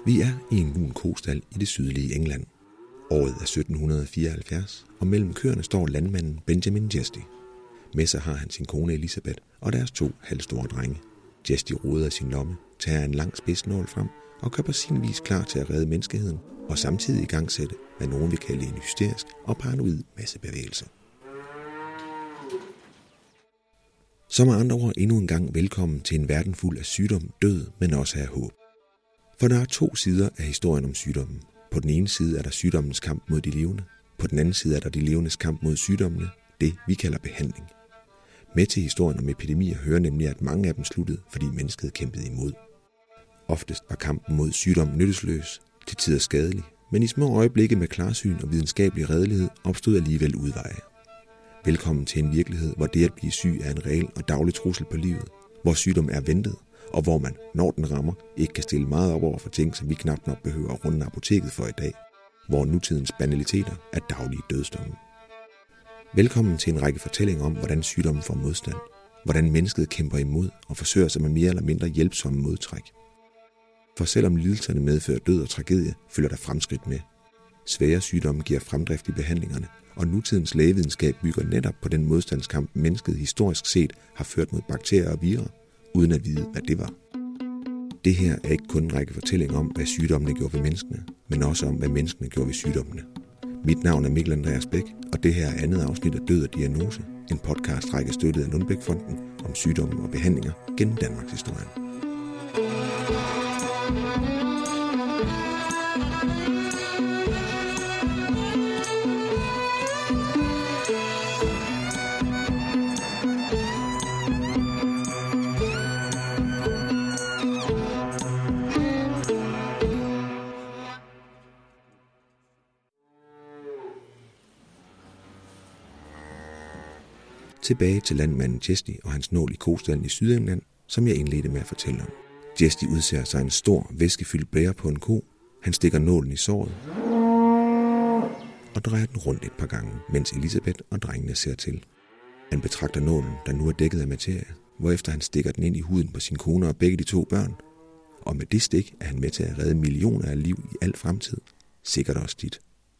Vi er i en lun kostal i det sydlige England. Året er 1774, og mellem køerne står landmanden Benjamin Jesty. Med sig har han sin kone Elisabeth og deres 2 halvstore drenge. Jesty roder sin lomme, tager en lang spidsnål frem og gør på sin vis klar til at redde menneskeheden og samtidig igangsætte, hvad nogen vil kalde en hysterisk og paranoid massebevægelse. Så med andre ord endnu en gang velkommen til en verden fuld af sygdom, død, men også af håb. For der er 2 sider af historien om sygdommen. På den ene side er der sygdommens kamp mod de levende. På den anden side er der de levendes kamp mod sygdommene, det vi kalder behandling. Med til historien om epidemier hører nemlig, at mange af dem sluttede, fordi mennesket kæmpede imod. Oftest var kampen mod sygdom nyttesløs, til tider skadelig, men i små øjeblikke med klarsyn og videnskabelig redelighed opstod alligevel udveje. Velkommen til en virkelighed, hvor det at blive syg er en reel og daglig trussel på livet, hvor sygdom er ventet, og hvor man, når den rammer, ikke kan stille meget op over for ting, som vi knap nok behøver at runde apoteket for i dag, hvor nutidens banaliteter er daglige dødsdomme. Velkommen til en række fortællinger om, hvordan sygdommen får modstand, hvordan mennesket kæmper imod og forsøger sig med mere eller mindre hjælpsomme modtræk. For selvom lidelserne medfører død og tragedie, følger der fremskridt med. Svære sygdomme giver fremdrift i behandlingerne, og nutidens lægevidenskab bygger netop på den modstandskamp, mennesket historisk set har ført mod bakterier og virer, uden at vide, hvad det var. Det her er ikke kun en række fortællinger om, hvad sygdommene gjorde ved menneskene, men også om, hvad menneskene gjorde ved sygdommene. Mit navn er Mikkel Andreas Bæk, og det her er andet afsnit af Død og Diagnose, en podcastrække støttet af Lundbæk-fonden om sygdomme og behandlinger gennem Danmarks historie. Tilbage til landmanden Jesty og hans nål i kostallen i Sydengland, som jeg indledte med at fortælle om. Jesty udser sig en stor, væskefyldt blære på en ko. Han stikker nålen i såret og drejer den rundt et par gange, mens Elisabeth og drengene ser til. Han betragter nålen, der nu er dækket af materie, hvorefter han stikker den ind i huden på sin kone og begge de 2 børn. Og med det stik er han med til at redde millioner af liv i al fremtid. Sikkert også dit.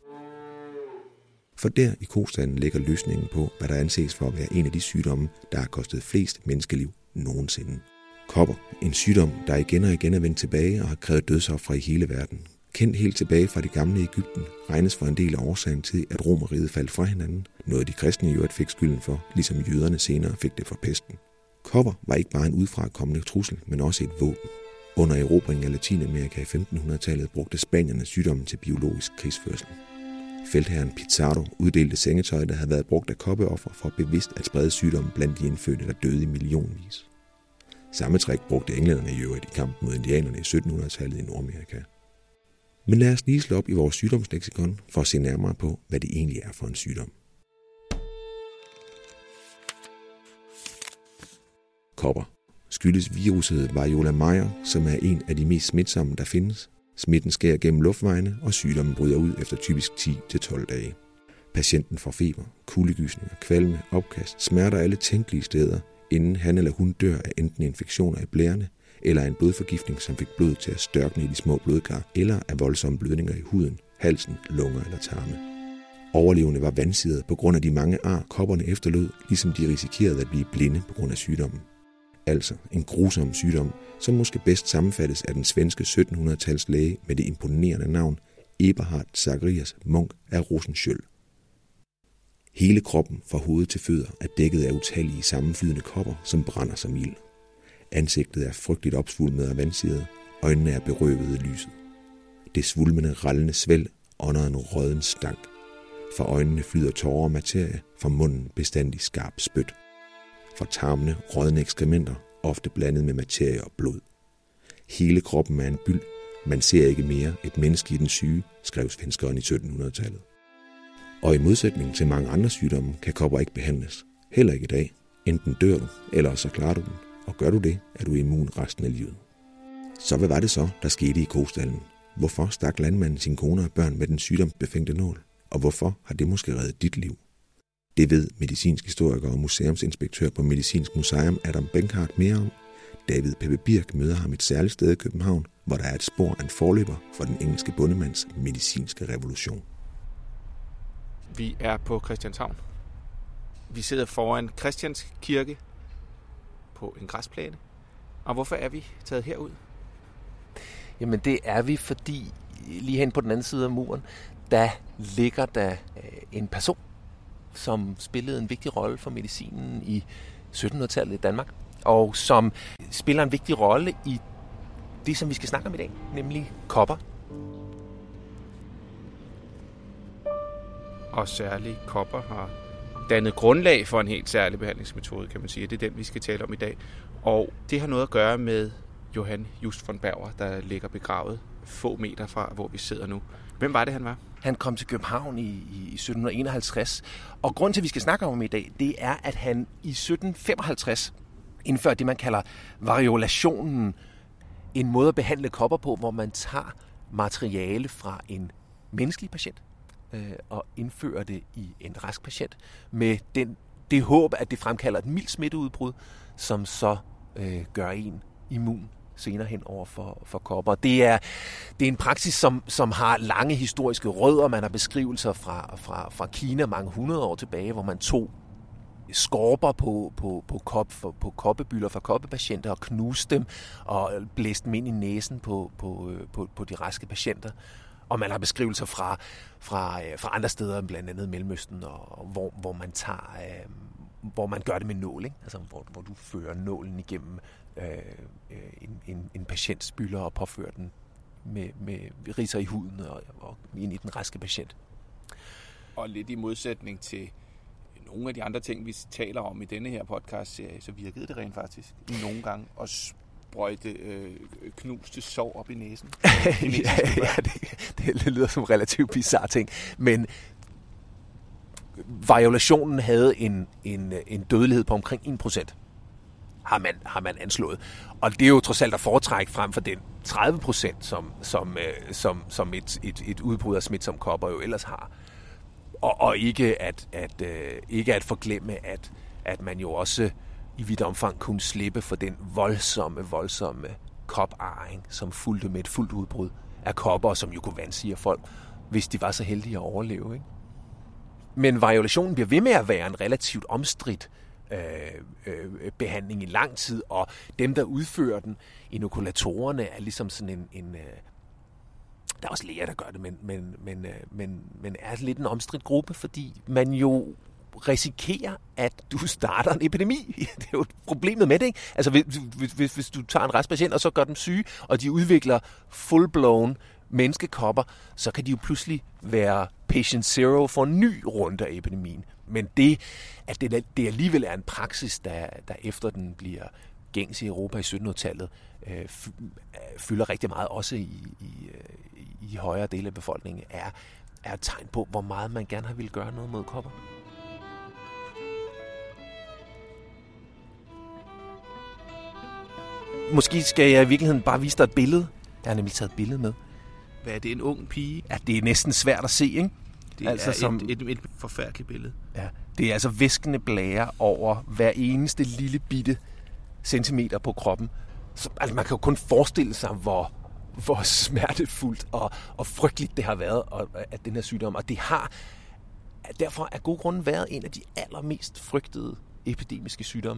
For der i kostallen ligger løsningen på, hvad der anses for at være en af de sygdomme, der har kostet flest menneskeliv nogensinde. Kopper, en sygdom, der igen og igen er vendt tilbage og har krævet dødsofre i hele verden. Kendt helt tilbage fra det gamle Egypten, regnes for en del af årsagen til, at Romerriget faldt fra hinanden, noget de kristne i øvrigt fik skylden for, ligesom jøderne senere fik det for pesten. Kopper var ikke bare en udefrakommende trussel, men også et våben. Under erobringen af Latinamerika i 1500-tallet brugte spanierne sygdommen til biologisk krigsførsel. Feltherren Pizarro uddelte sengetøj, der havde været brugt af koppeoffer for bevidst at sprede sygdommen blandt de indfødte, der døde i millionvis. Samme trick brugte englænderne i øvrigt i kampen mod indianerne i 1700-tallet i Nordamerika. Men lad os lige slå op i vores sygdomsleksikon for at se nærmere på, hvad det egentlig er for en sygdom. Kopper skyldes viruset Variola Majer, som er en af de mest smitsomme, der findes. Smitten sker gennem luftvejene, og sygdommen bryder ud efter typisk 10-12 dage. Patienten får feber, kuldegysninger, kvalme, opkast, smerter alle tænkelige steder, inden han eller hun dør af enten infektioner i blærerne, eller af en blodforgiftning, som fik blodet til at størkne i de små blodkar, eller af voldsomme blødninger i huden, halsen, lunger eller tarme. Overlevende var vansiret på grund af de mange ar, kopperne efterlod, ligesom de risikerede at blive blinde på grund af sygdommen. Altså en grusom sygdom, som måske bedst sammenfattes af den svenske 1700-tals læge med det imponerende navn Eberhard Zacharias Munk af Rosenskjöld. Hele kroppen fra hoved til fødder er dækket af utallige sammenflydende kopper, som brænder som ild. Ansigtet er frygteligt opsvulmet og vansiret, øjnene er berøvet af lyset. Det svulmende, rallende svælg ånder en rådden stank. Fra øjnene flyder tårer og materie, fra munden bestandig skarp spyt. Fra tarmene rådne ekskrementer, ofte blandet med materie og blod. Hele kroppen er en byld. Man ser ikke mere et menneske i den syge, skrev svenskeren i 1700-tallet. Og i modsætning til mange andre sygdomme kan kopper ikke behandles. Heller ikke i dag. Enten dør du, eller så klarer du den. Og gør du det, er du immun resten af livet. Så hvad var det så, der skete i kostallen? Hvorfor stak landmanden sin kone og børn med den sygdomsbefængte nål? Og hvorfor har det måske reddet dit liv? Det ved medicinsk historiker og museumsinspektør på Medicinsk Museum Adam Benkhardt mere om. David Peppe Birk møder ham et særligt sted i København hvor der er et spor af en forløber for den engelske bondemands medicinske revolution. Vi er på Christianshavn. Vi sidder foran Christians Kirke på en græsplæne. Og hvorfor er vi taget herud? Jamen det er vi, fordi lige hen på den anden side af muren, der ligger der en person, som spillede en vigtig rolle for medicinen i 1700-tallet i Danmark, og som spiller en vigtig rolle i det, som vi skal snakke om i dag, nemlig kopper. Og særligt kopper har dannet grundlag for en helt særlig behandlingsmetode, kan man sige. Det er den, vi skal tale om i dag. Og det har noget at gøre med Johann Just von Berger, der ligger begravet få meter fra, hvor vi sidder nu. Hvem var det, han var? Han kom til København i 1751, og grunden til, at vi skal snakke om ham i dag, det er, at han i 1755 indførte det, man kalder variolationen, en måde at behandle kopper på, hvor man tager materiale fra en menneskelig patient og indfører det i en rask patient med det håb, at det fremkalder et mildt smitteudbrud, som så gør en immun senere hen over for kopper. Det er en praksis, som har lange historiske rødder. Man har beskrivelser fra Kina mange hundrede år tilbage, hvor man tog skorper på koppebyller fra koppepatienter og knuste dem og blæste dem ind i næsen på de raske patienter. Og man har beskrivelser fra andre steder, blandt andet Mellemøsten, og hvor man gør det med nål, ikke? Altså hvor du fører nålen igennem en patients bylder og påfører den med ridser i huden og ind i den raske patient. Og lidt i modsætning til nogle af de andre ting, vi taler om i denne her podcast-serie, så virkede det rent faktisk nogle gange at sprøjte knuste sår op i næsen. Det lyder som relativt bizarre ting, men variolationen havde en dødelighed på omkring 1%. Har man anslået. Og det er jo trods alt at foretrække frem for den 30%, som et udbrud af smitsom kopper jo ellers har. Og ikke at forglemme, at man jo også i vidt omfang kunne slippe for den voldsomme koparring, som fulgte med et fuldt udbrud af kopper, som jo kunne vansige folk, hvis de var så heldige at overleve, ikke? Men variolationen bliver ved med at være en relativt omstridt behandling i lang tid, og dem, der udfører den, inokulatorerne, er ligesom sådan en der er også læger, der gør det, men er lidt en omstridt gruppe, fordi man jo risikerer, at du starter en epidemi. Det er jo problemet med det, ikke? Altså, hvis du tager en rask patient, og så gør dem syge, og de udvikler full-blown menneskekopper, så kan de jo pludselig være patient zero for en ny runde af epidemien. Men det alligevel er en praksis, der efter den bliver gængs i Europa i 1700-tallet, fylder rigtig meget, også i højere dele af befolkningen, er et tegn på, hvor meget man gerne har ville gøre noget mod kopper. Måske skal jeg i virkeligheden bare vise dig et billede. Jeg har nemlig taget et billede med. Hvad er det, en ung pige? Ja, det er næsten svært at se, ikke? Det altså er et forfærdeligt billede. Ja, det er altså væskende blære over hver eneste lille bitte centimeter på kroppen. Så, altså, man kan jo kun forestille sig, hvor smertefuldt og frygteligt det har været at den her sygdom. Og det har derfor af gode grunde været en af de allermest frygtede epidemiske sygdomme.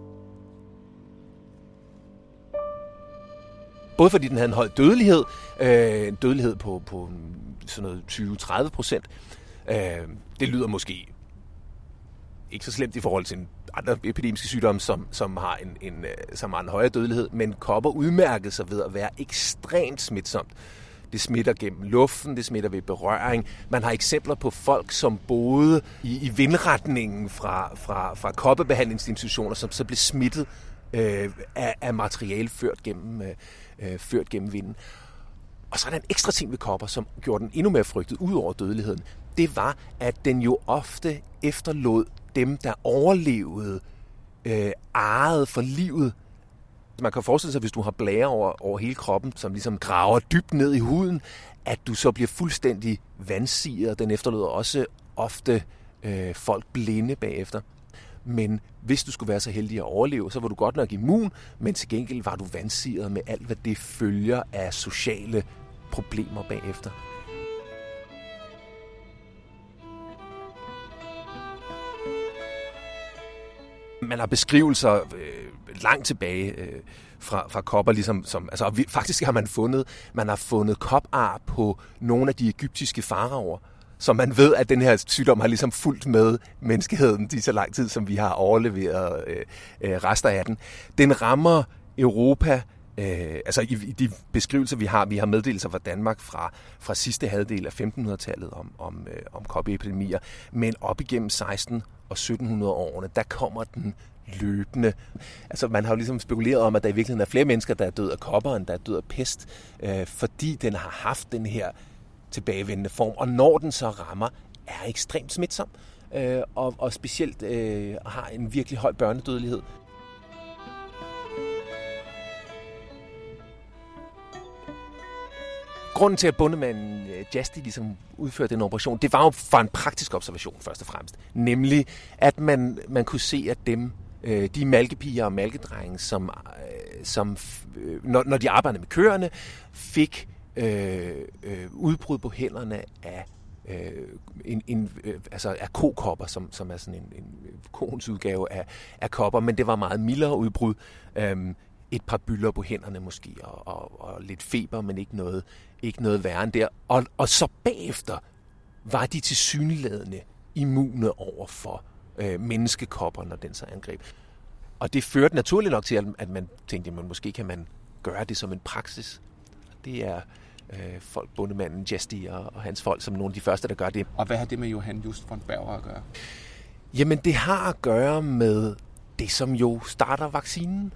Både fordi den havde en høj dødelighed, en dødelighed på sådan noget 20-30%. Det lyder måske ikke så slemt i forhold til andre epidemiske sygdomme, som har en højere dødelighed, men kopper udmærkede sig ved at være ekstremt smitsomt. Det smitter gennem luften, det smitter ved berøring. Man har eksempler på folk, som boede i vindretningen fra koppebehandlingsinstitutioner, som så blev smittet af materiale ført gennem vinden. Og så er der en ekstra ting ved kopper, som gjorde den endnu mere frygtet ud over dødeligheden. Det var, at den jo ofte efterlod dem, der overlevede, arret for livet. Man kan forestille sig, hvis du har blære over hele kroppen, som ligesom graver dybt ned i huden, at du så bliver fuldstændig vandsiget. Den efterlod også ofte folk blinde bagefter. men hvis du skulle være så heldig at overleve, så var du godt nok immun, men til gengæld var du vansiret med alt, hvad det følger af sociale problemer bagefter. Man har beskrivelser langt tilbage fra kopper, ligesom faktisk har man har fundet kopar på nogle af de egyptiske faraoer, så man ved, at den her sygdom har ligesom fulgt med menneskeheden i så lang tid, som vi har overleveret rester af den. Den rammer Europa, i de beskrivelser, vi har meddelelser fra Danmark fra sidste halvdel af 1500-tallet om koppeepidemier, men op igennem 16 og 1700-årene, der kommer den løbende. Altså, man har jo ligesom spekuleret om, at der i virkeligheden er flere mennesker, der er død af kopper, end der er død af pest, fordi den har haft den her tilbagevendende form, og når den så rammer, er ekstremt smitsom, og specielt har en virkelig høj børnedødelighed. Grunden til, at bondemanden Jasty ligesom udførte den operation, det var jo for en praktisk observation først og fremmest. Nemlig, at man kunne se, at de malkepiger og malkedrenge, som når de arbejdede med køerne, fik udbrud på hænderne af af kokopper, som er sådan en koens udgave af kopper, men det var meget mildere udbrud. Et par bylder på hænderne måske, og lidt feber, men ikke noget værre end der. Og så bagefter var de tilsyneladende immune over for menneskekopper, når den så angreb. Og det førte naturligt nok til, at man tænkte, at måske kan man gøre det som en praksis. Det er folk, bondemanden Jasty og hans folk, som nogle af de første, der gør det. Og hvad har det med Johan Just von Berger at gøre? Jamen, det har at gøre med det, som jo starter vaccinen.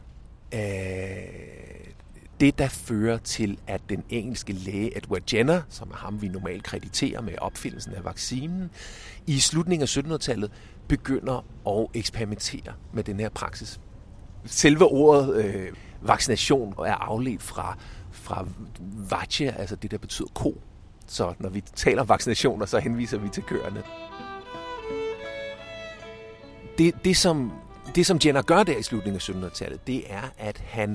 Det, der fører til, at den engelske læge Edward Jenner, som er ham, vi normalt krediterer med opfindelsen af vaccinen, i slutningen af 1700-tallet begynder at eksperimentere med den her praksis. Selve ordet vaccination er afledt fra vacce, altså det, der betyder ko. Så når vi taler vaccinationer, så henviser vi til køerne. Det, som Jenner gør der i slutningen af 1700-tallet, det er, at han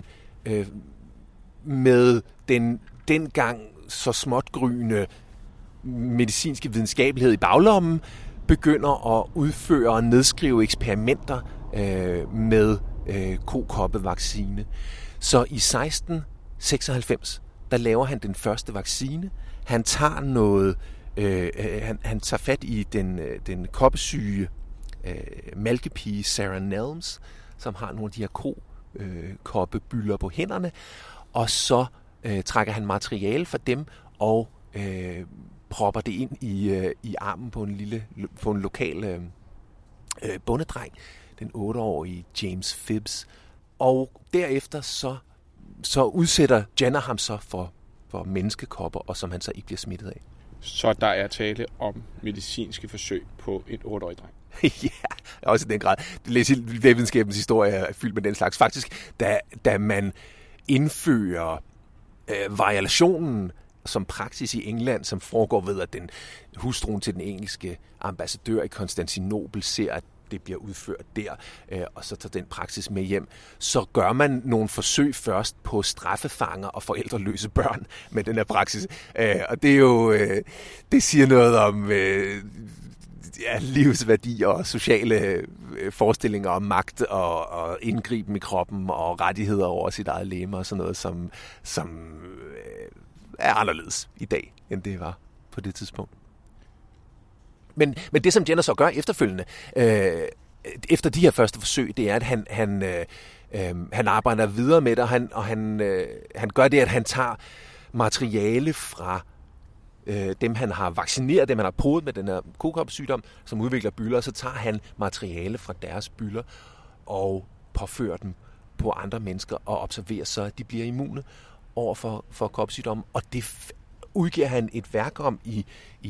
med den dengang så småt gryende medicinske videnskabelighed i baglommen, begynder at udføre og nedskrive eksperimenter med kokoppevaccine. Så i 1696, der laver han den første vaccine. Han tager han tager fat i den koppesyge malkepige Sarah Nelms, som har nogle af de her koppebylder på hænderne, og så trækker han materiale fra dem og propper det ind i armen på en lokal bondedreng, den 8-årige James Phibbs. Og derefter så udsætter Jenner ham så for menneskekopper, og som han så ikke bliver smittet af. Så der er tale om medicinske forsøg på en 8-årig dreng? Ja, også i den grad. Lægevidenskabens historie er fyldt med den slags. Faktisk, da man indfører variationen som praksis i England, som foregår ved, at den hustruen til den engelske ambassadør i Konstantinopel ser, at det bliver udført der, og så tager den praksis med hjem, så gør man nogle forsøg først på straffefanger og forældreløse børn med den her praksis. Og det er jo, det siger noget om livsværdi og sociale forestillinger om magt og indgriben i kroppen og rettigheder over sit eget legeme og sådan noget, som er anderledes i dag, end det var på det tidspunkt. Men det, som Jenner så gør efterfølgende, efter de her første forsøg, det er, at han arbejder videre med det, og han gør det, at han tager materiale fra dem, han har vaccineret, dem, han har podet med den her kokoppesygdom, som udvikler bylder, og så tager han materiale fra deres bylder og påfører dem på andre mennesker og observerer så, at de bliver immune over for koppesygdommen. Og det udgiver han et værk om i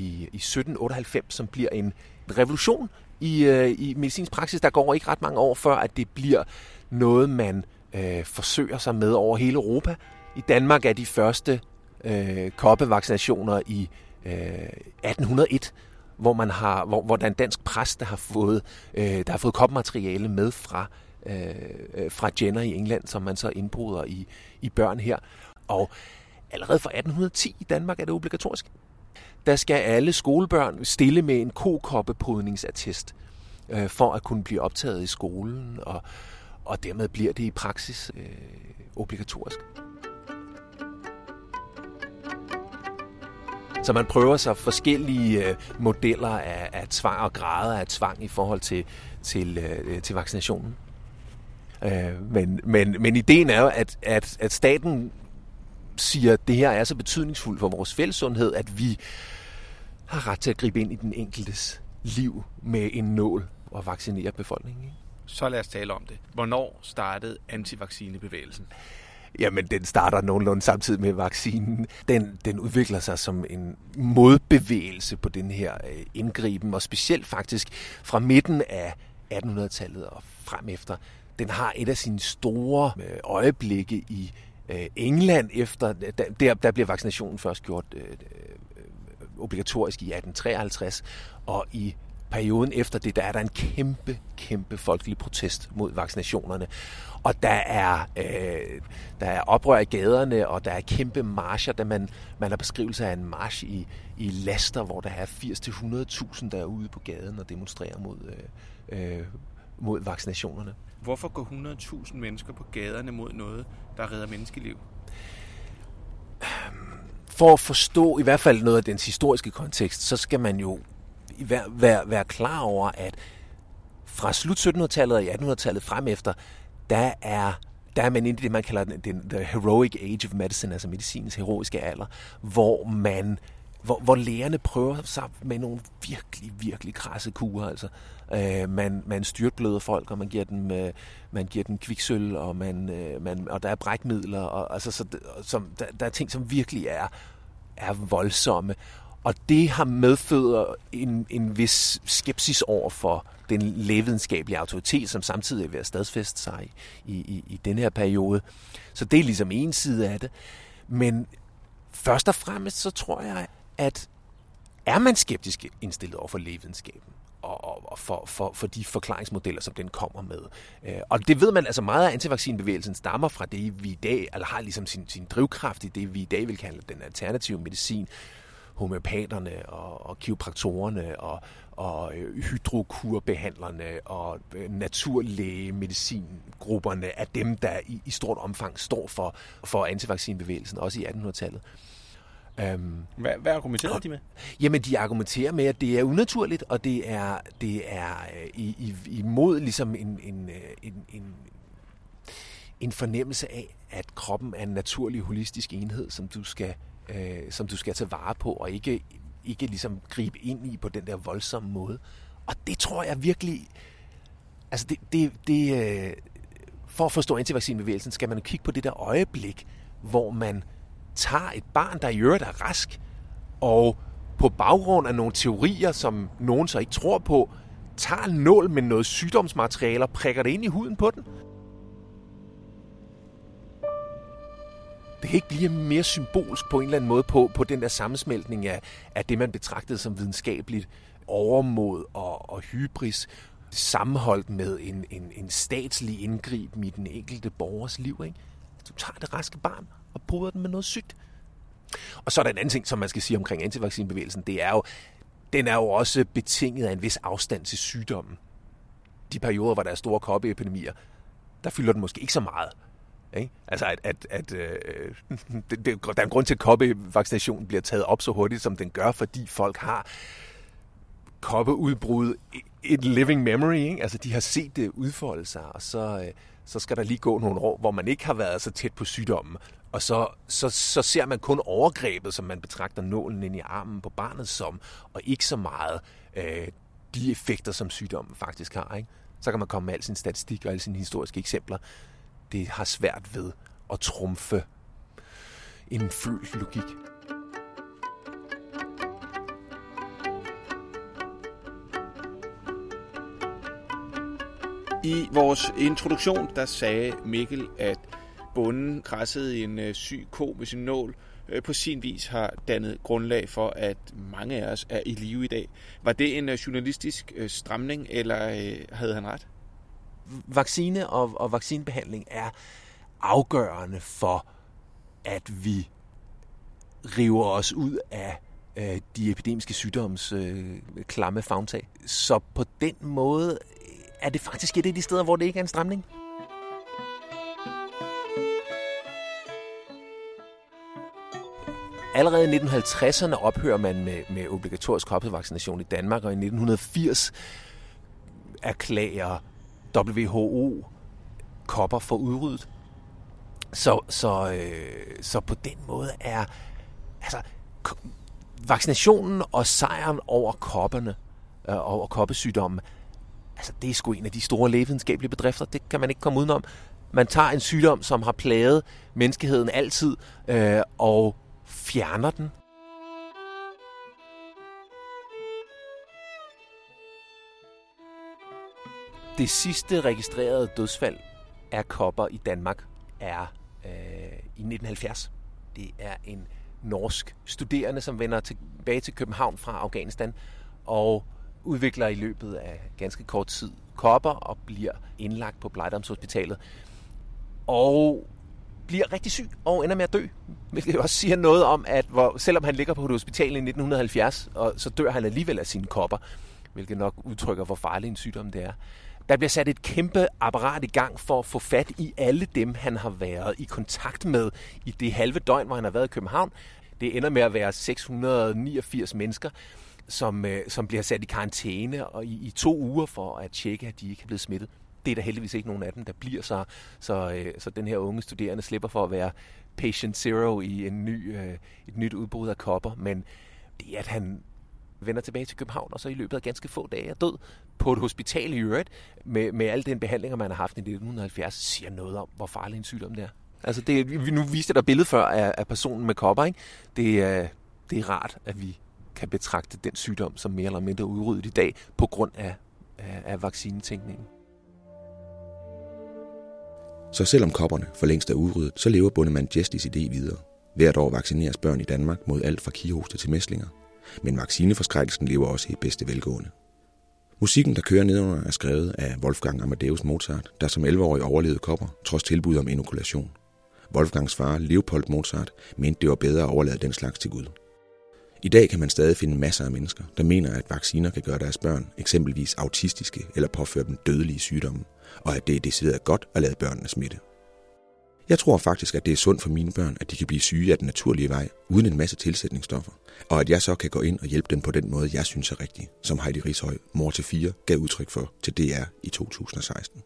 1798, som bliver en revolution i medicinsk praksis. Der går ikke ret mange år før, at det bliver noget, man forsøger sig med over hele Europa. I Danmark er de første koppevaccinationer i 1801, hvor der er en dansk præst, der har fået kopmateriale med fra Jenner i England, som man så indbruder i børn her. Og allerede fra 1810 i Danmark er det obligatorisk. Der skal alle skolebørn stille med en kokoppeprydningsattest for at kunne blive optaget i skolen, og dermed bliver det i praksis obligatorisk. Så man prøver sig forskellige modeller af tvang og grader af tvang i forhold til vaccinationen. Men ideen er jo, at staten siger, at det her er så betydningsfuldt for vores fællessundhed, at vi har ret til at gribe ind i den enkeltes liv med en nål og vaccinere befolkningen. Ikke? Så lad os tale om det. Hvornår startede antivaccinebevægelsen? Jamen, den starter nogenlunde samtidig med vaccinen. Den udvikler sig som en modbevægelse på den her indgriben, og specielt faktisk fra midten af 1800-tallet og frem efter. Den har et af sine store øjeblikke i England efter, der bliver vaccinationen først gjort obligatorisk i 1853, og i perioden efter det, der er der en kæmpe folkelig protest mod vaccinationerne. Og der er oprør i gaderne, og der er kæmpe marcher, da man har beskrivelse af en march i Leicester, hvor der er 80-100.000, der er ude på gaden og demonstrerer mod vaccinationerne. Hvorfor går 100.000 mennesker på gaderne mod noget, der redder menneskeliv? For at forstå i hvert fald noget af dens historiske kontekst, så skal man jo være klar over, at fra slut 1700-tallet og i 1800-tallet frem efter, der er man inde i det, man kalder the heroic age of medicine, altså medicinens heroiske alder, hvor lægerne prøver sig med nogle virkelig krasse kurer. Altså. Man styrtbløder folk, og man giver dem kviksølv, og der er brækmidler, og altså, der er ting, som virkelig er voldsomme. Og det har medfødt en vis skepsis over for den lægevidenskabelige autoritet, som samtidig er ved at stadfæste sig i den her periode. Så det er ligesom en side af det. Men først og fremmest så tror jeg, at er man skeptisk indstillet over for lægevidenskaben, og for de forklaringsmodeller, som den kommer med. Og det ved man, altså meget af antivaccinebevægelsen stammer fra det, vi i dag, eller har ligesom sin drivkraft i det, vi i dag vil kalde den alternative medicin, homøopaterne og kiropraktorerne og hydrokurbehandlerne og naturlægemedicingrupperne er dem, der i stort omfang står for antivaccinebevægelsen, også i 1800-tallet. Hvad argumenterer de med? Jamen, de argumenterer med, at det er unaturligt, og det er imod ligesom en fornemmelse af, at kroppen er en naturlig holistisk enhed, som du skal tage vare på, og ikke ligesom gribe ind i på den der voldsomme måde. Og det tror jeg virkelig, altså for at forstå antivaccinebevægelsen, skal man kigge på det der øjeblik, hvor man tager et barn, der i øvrigt er rask, og på baggrund af nogle teorier, som nogen så ikke tror på, tager en nål med noget sygdomsmateriale og prikker det ind i huden på den. Det kan ikke blive mere symbolsk på en eller anden måde på den der sammensmeltning af det, man betragtede som videnskabeligt overmod og hybris, sammenholdt med en statslig indgriben i den enkelte borgers liv. Ikke? Du tager det raske barn og poder den med noget sygt. Og så er der en anden ting, som man skal sige omkring antivaccinebevægelsen, den er jo også betinget af en vis afstand til sygdommen. De perioder, hvor der er store koppeepidemier, der fylder den måske ikke så meget. Ikke? Altså, der er en grund til, at koppevaccinationen bliver taget op så hurtigt, som den gør, fordi folk har koppeudbrud et living memory. Ikke? Altså, de har set det udfolde sig, og så skal der lige gå nogle år, hvor man ikke har været så tæt på sygdommen. Og så ser man kun overgrebet, som man betragter nålen ind i armen på barnet som, og ikke så meget de effekter, som sygdommen faktisk har. Ikke? Så kan man komme med al sin statistik og alle sine historiske eksempler. Det har svært ved at trumfe en følt logik. I vores introduktion, der sagde Mikkel, at bonden krassede en syg ko med sin nål på sin vis har dannet grundlag for, at mange af os er i live i dag. Var det en journalistisk stramning, eller havde han ret? Vaccine og vaccinebehandling er afgørende for, at vi river os ud af de epidemiske sygdoms klamme favntag. Så på den måde er det faktisk et af de steder, hvor det ikke er en stramning. Allerede i 1950'erne ophører man med obligatorisk koppervaccination i Danmark, og i 1980 erklærer WHO kopper for udryddet. Så på den måde er vaccinationen og sejren over kopperne og koppesygdommen, det er sgu en af de store lægevidenskabelige bedrifter. Det kan man ikke komme udenom. Man tager en sygdom, som har plaget menneskeheden altid, og fjerner den. Det sidste registrerede dødsfald af kopper i Danmark er i 1970. Det er en norsk studerende, som vender tilbage til København fra Afghanistan og udvikler i løbet af ganske kort tid kopper og bliver indlagt på Blegdamshospitalet. Og bliver rigtig syg og ender med at dø. Hvilket også siger noget om, at selvom han ligger på et hospital i 1970, så dør han alligevel af sine kopper. Hvilket nok udtrykker, hvor farlig en sygdom det er. Der bliver sat et kæmpe apparat i gang for at få fat i alle dem, han har været i kontakt med i det halve døgn, hvor han har været i København. Det ender med at være 689 mennesker, som bliver sat i karantæne og i 2 uger for at tjekke, at de ikke er blevet smittet. Det er der heldigvis ikke nogen af dem, der bliver, så den her unge studerende slipper for at være patient zero i et nyt udbrud af kopper. Men det, at han vender tilbage til København, og så i løbet af ganske få dage er død på et hospital i øvrigt, med alle den behandlinger, man har haft i 1970, siger noget om, hvor farlig en sygdom det er. Altså, nu viste jeg dig billedet før af personen med kopper, ikke? Det er rart, at vi kan betragte den sygdom som mere eller mindre udryddet i dag, på grund af vaccinetænkningen. Så selvom kopperne for længst er udryddet, så lever bondemand Jeslis idé videre. Hvert år vaccineres børn i Danmark mod alt fra kihoste til mæslinger. Men vaccineforskrækkelsen lever også i bedste velgående. Musikken, der kører nedenunder, er skrevet af Wolfgang Amadeus Mozart, der som 11-årig overlevede kopper, trods tilbud om inokulation. Wolfgangs far, Leopold Mozart, mente det var bedre at overlade den slags til Gud. I dag kan man stadig finde masser af mennesker, der mener, at vacciner kan gøre deres børn eksempelvis autistiske eller påføre dem dødelige sygdomme, og at det er decideret godt at lade børnene smitte. Jeg tror faktisk, at det er sundt for mine børn, at de kan blive syge af den naturlige vej, uden en masse tilsætningsstoffer, og at jeg så kan gå ind og hjælpe dem på den måde, jeg synes er rigtig, som Heidi Rishøj, mor til 4, gav udtryk for til DR i 2016.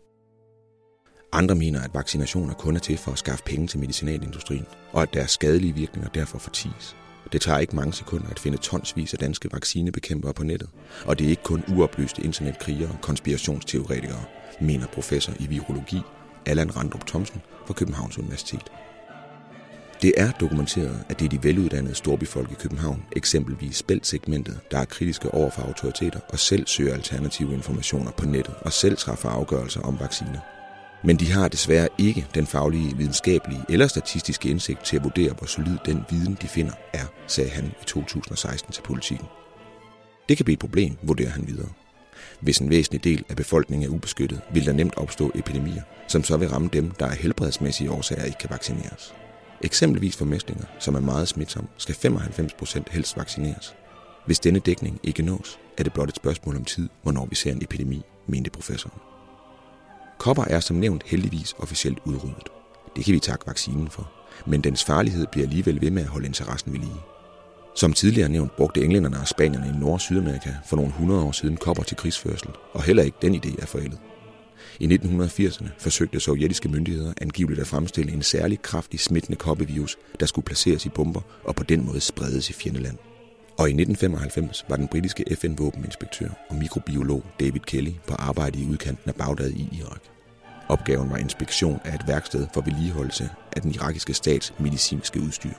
Andre mener, at vaccinationer kun er til for at skaffe penge til medicinalindustrien, og at deres skadelige virkninger derfor forties. Det tager ikke mange sekunder at finde tonsvis af danske vaccinebekæmpere på nettet, og det er ikke kun uoplyste internetkrigere og konspirationsteoretikere, mener professor i virologi Allan Randrup Thomsen fra Københavns Universitet. Det er dokumenteret, at det er de veluddannede storbyfolk i København, eksempelvis spældsegmentet, der er kritiske over for autoriteter og selv søger alternative informationer på nettet og selv træffer afgørelser om vacciner. Men de har desværre ikke den faglige, videnskabelige eller statistiske indsigt til at vurdere, hvor solid den viden, de finder, er, sagde han i 2016 til Politiken. Det kan blive et problem, vurderer han videre. Hvis en væsentlig del af befolkningen er ubeskyttet, vil der nemt opstå epidemier, som så vil ramme dem, der af helbredsmæssige årsager ikke kan vaccineres. Eksempelvis for mæslinger, som er meget smitsomme, skal 95% helst vaccineres. Hvis denne dækning ikke nås, er det blot et spørgsmål om tid, hvornår vi ser en epidemi, mente professoren. Kopper er som nævnt heldigvis officielt udryddet. Det kan vi takke vaccinen for, men dens farlighed bliver alligevel ved med at holde interessen ved lige. Som tidligere nævnt brugte englænderne og spanierne i Nord- og Sydamerika for nogle 100 år siden kopper til krigsførsel, og heller ikke den idé er forældet. I 1980'erne forsøgte sovjetiske myndigheder angiveligt at fremstille en særlig kraftig smittende koppevirus, der skulle placeres i bomber og på den måde spredes i fjendeland. Og i 1995 var den britiske FN-våbeninspektør og mikrobiolog David Kelly på arbejde i udkanten af Bagdad i Irak. Opgaven var inspektion af et værksted for vedligeholdelse af den irakiske stats medicinske udstyr.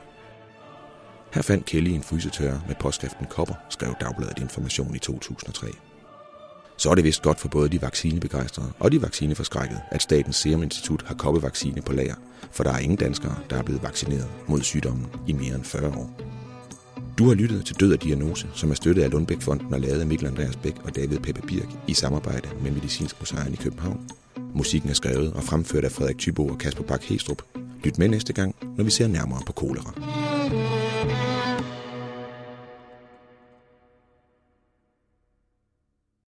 Her fandt Kelly en frysetørre med påskriften kopper, skrev Dagbladet Information i 2003. så er det vist godt for både de vaccinebegejstrede og de vaccineforskrækkede, at Statens Serum Institut har koppevaccine på lager, for der er ingen danskere, der er blevet vaccineret mod sygdommen i mere end 40 år. Du har lyttet til Død og Diagnose, som er støttet af Lundbæk-fonden og lavet af Mikkel Andreas Bæk og David Peppe Birk i samarbejde med Medicinsk Museum i København. Musikken er skrevet og fremført af Frederik Thybo og Kasper Bak Hestrup. Lyt med næste gang, når vi ser nærmere på kolera.